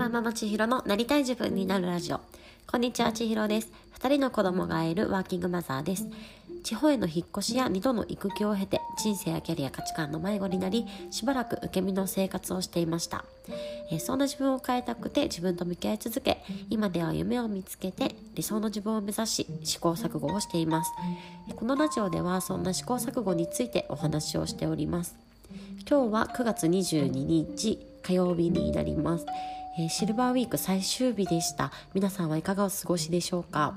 パママ千尋のなりたい自分になるラジオ。こんにちは、千尋です。2人の子供がいるワーキングマザーです。地方への引っ越しや2度の育休を経て、人生やキャリア価値観の迷子になり、しばらく受け身の生活をしていました。そんな自分を変えたくて自分と向き合い続け、今では夢を見つけて理想の自分を目指し、試行錯誤をしています。このラジオではそんな試行錯誤についてお話をしております。今日は9月22日火曜日になります。シルバーウィーク最終日でした。皆さんはいかがお過ごしでしょうか。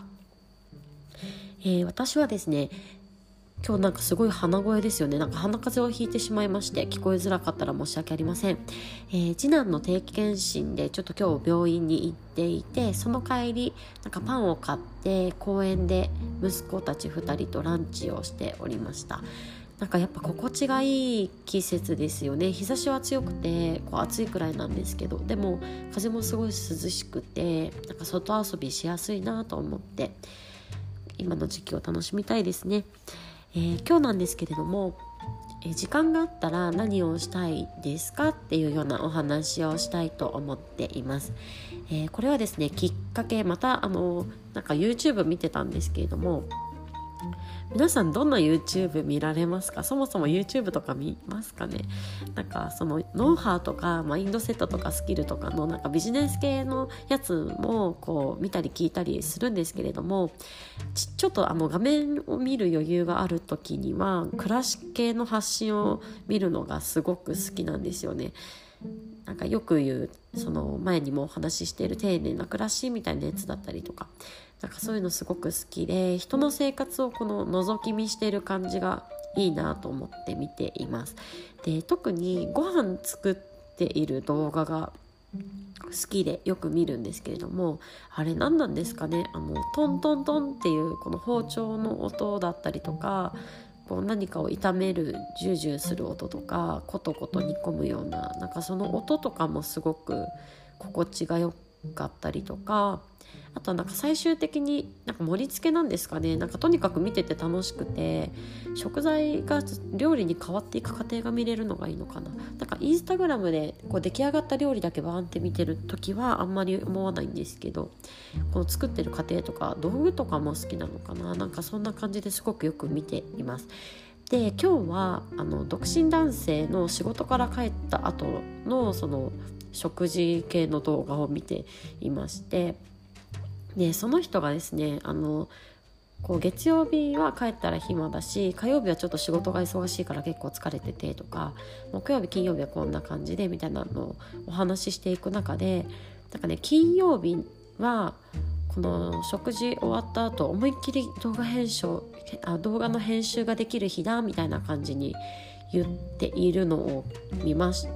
私はですね、今日なんかすごい鼻声ですよね。なんか鼻風邪をひいてしまいまして、聞こえづらかったら申し訳ありません。次男の定期検診でちょっと今日病院に行っていて、その帰りなんかパンを買って公園で息子たち2人とランチをしておりました。なんかやっぱ心地がいい季節ですよね。日差しは強くて暑いくらいなんですけど、でも風もすごい涼しくて、なんか外遊びしやすいなと思って今の時期を楽しみたいですね。今日なんですけれども、時間があったら何をしたいですかっていうようなお話をしたいと思っています。これはですね、きっかけまたなんか YouTube 見てたんですけれども、皆さんどんな YouTube 見られますか？そもそも YouTube とか見ますかね？なんかそのノウハウとかマインドセットとかスキルとかのなんかビジネス系のやつもこう見たり聞いたりするんですけれども、ちょっと画面を見る余裕がある時には暮らし系の発信を見るのがすごく好きなんですよね。なんかよく言う、その前にもお話ししている丁寧な暮らしみたいなやつだったりとか、なんかそういうのすごく好きで、人の生活をこの覗き見している感じがいいなと思って見ています。で、特にご飯作っている動画が好きでよく見るんですけれども、あれ何なんですかね、トントントンっていうこの包丁の音だったりとか、こう何かを炒めるジュージューする音とか、コトコト煮込むような、なんかその音とかもすごく心地が良かったりとか、あとはなんか最終的になんか盛り付けなんですかね、なんかとにかく見てて楽しくて、食材が料理に変わっていく過程が見れるのがいいのかな。なんかインスタグラムでこう出来上がった料理だけバーンって見てる時はあんまり思わないんですけど、この作ってる過程とか道具とかも好きなのかな。なんかそんな感じですごくよく見ています。で、今日は独身男性の仕事から帰った後のその食事系の動画を見ていまして、でその人がですね、こう月曜日は帰ったら暇だし、火曜日はちょっと仕事が忙しいから結構疲れててとか、木曜日金曜日はこんな感じでみたいなのをお話ししていく中で、なんかね、金曜日はこの食事終わった後思いっきり動画の編集ができる日だみたいな感じに言っているのを見まして、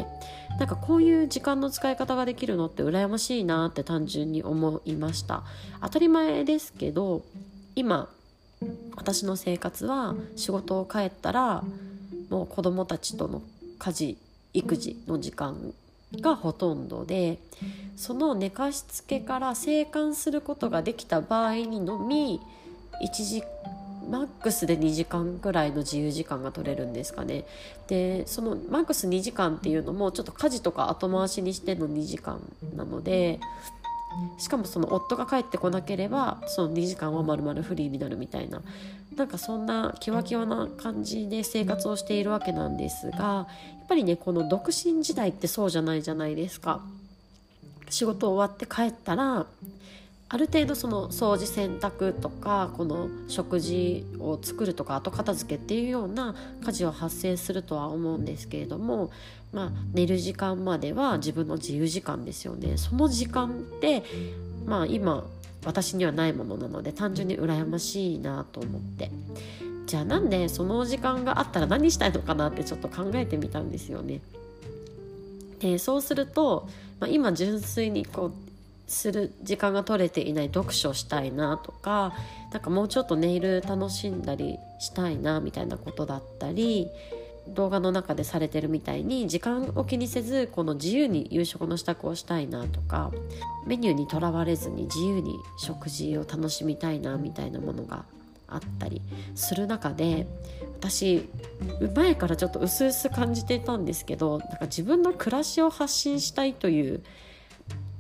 なんかこういう時間の使い方ができるのって羨ましいなって単純に思いました。当たり前ですけど、今私の生活は仕事を帰ったらもう子供たちとの家事育児の時間がほとんどで、その寝かしつけから生還することができた場合にのみマックスで2時間くらいの自由時間が取れるんですかね。でそのマックス2時間っていうのもちょっと家事とか後回しにしての2時間なので、しかもその夫が帰ってこなければその2時間は丸々フリーになるみたいな、なんかそんなキワキワな感じで生活をしているわけなんですが、やっぱりね、この独身時代ってそうじゃないじゃないですか。仕事終わって帰ったらある程度その掃除洗濯とかこの食事を作るとか後片付けっていうような家事は発生するとは思うんですけれども、寝る時間までは自分の自由時間ですよね。その時間って今私にはないものなので単純に羨ましいなと思って、じゃあなんでその時間があったら何したいのかなってちょっと考えてみたんですよね。でそうすると、今純粋にこうする時間が取れていない読書したいなとか、なんかもうちょっとネイル楽しんだりしたいなみたいなことだったり、動画の中でされてるみたいに時間を気にせずこの自由に夕食の支度をしたいなとか、メニューにとらわれずに自由に食事を楽しみたいなみたいなものがあったりする中で、私前からちょっと薄々感じていたんですけど、なんか自分の暮らしを発信したいという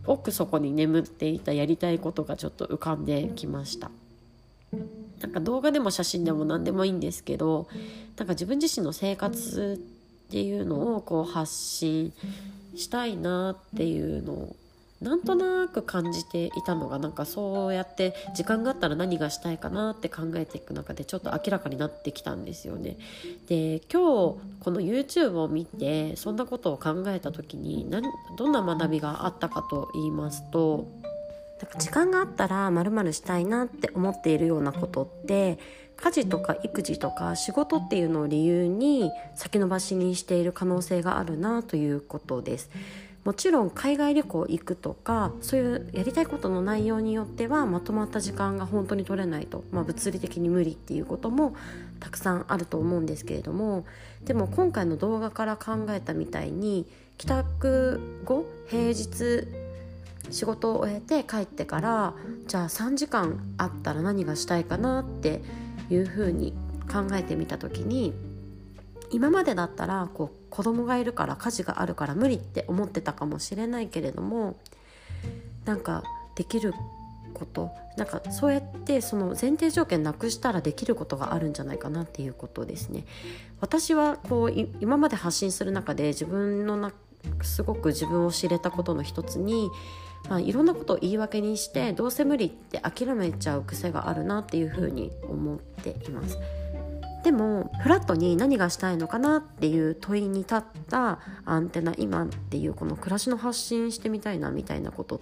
奥底に眠っていたやりたいことがちょっと浮かんできました。なんか動画でも写真でも何でもいいんですけど、なんか自分自身の生活っていうのをこう発信したいなっていうのをなんとなく感じていたのが、なんかそうやって時間があったら何がしたいかなって考えていく中でちょっと明らかになってきたんですよね。で、今日この YouTube を見てそんなことを考えた時にどんな学びがあったかと言いますと、なんか時間があったら〇〇したいなって思っているようなことって、家事とか育児とか仕事っていうのを理由に先延ばしにしている可能性があるなということです。もちろん海外旅行行くとか、そういうやりたいことの内容によってはまとまった時間が本当に取れないと、物理的に無理っていうこともたくさんあると思うんですけれども、でも今回の動画から考えたみたいに、帰宅後平日仕事を終えて帰ってから、じゃあ3時間あったら何がしたいかなっていうふうに考えてみた時に、今までだったら子供がいるから家事があるから無理って思ってたかもしれないけれども、なんかできること、なんかそうやってその前提条件なくしたらできることがあるんじゃないかなっていうことですね。私は今まで発信する中ですごく自分を知れたことの一つに、いろんなことを言い訳にしてどうせ無理って諦めちゃう癖があるなっていうふうに思っています。でもフラットに何がしたいのかなっていう問いに立ったアンテナ今っていうこの暮らしの発信してみたいなみたいなことって、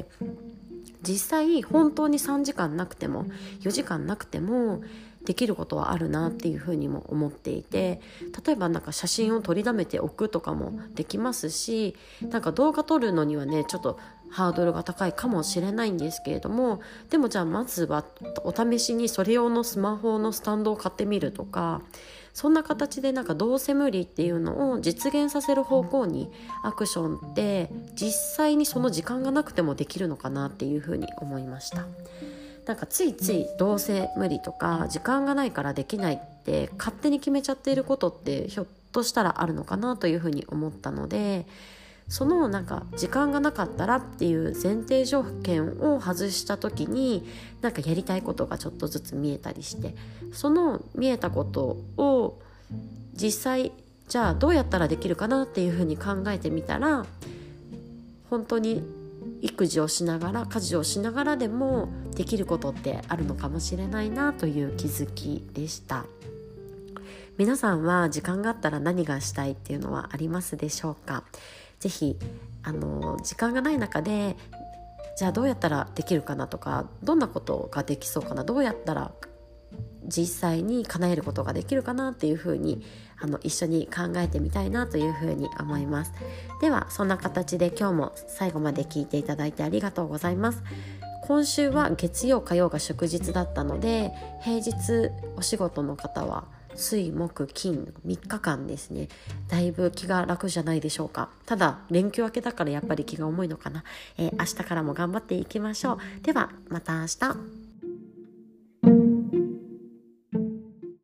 実際本当に3時間なくても4時間なくてもできることはあるなっていうふうにも思っていて、例えばなんか写真を撮りだめておくとかもできますし、なんか動画撮るのにはねちょっとハードルが高いかもしれないんですけれども、でもじゃあまずはお試しにそれ用のスマホのスタンドを買ってみるとか、そんな形でなんかどうせ無理っていうのを実現させる方向にアクションって実際にその時間がなくてもできるのかなっていうふうに思いました。なんかついついどうせ無理とか時間がないからできないって勝手に決めちゃっていることってひょっとしたらあるのかなというふうに思ったので、そのなんか時間がなかったらっていう前提条件を外した時に、なんかやりたいことがちょっとずつ見えたりして、その見えたことを実際じゃあどうやったらできるかなっていうふうに考えてみたら、本当に育児をしながら家事をしながらでもできることってあるのかもしれないなという気づきでした。皆さんは時間があったら何がしたいっていうのはありますでしょうか。ぜひ時間がない中でじゃあどうやったらできるかなとか、どんなことができそうかな、どうやったら実際に叶えることができるかなっていうふうに一緒に考えてみたいなというふうに思います。ではそんな形で今日も最後まで聞いていただいてありがとうございます。今週は月曜火曜が祝日だったので、平日お仕事の方は水木金3日間ですね。だいぶ気が楽じゃないでしょうか。ただ連休明けだからやっぱり気が重いのかな。明日からも頑張っていきましょう。ではまた明日。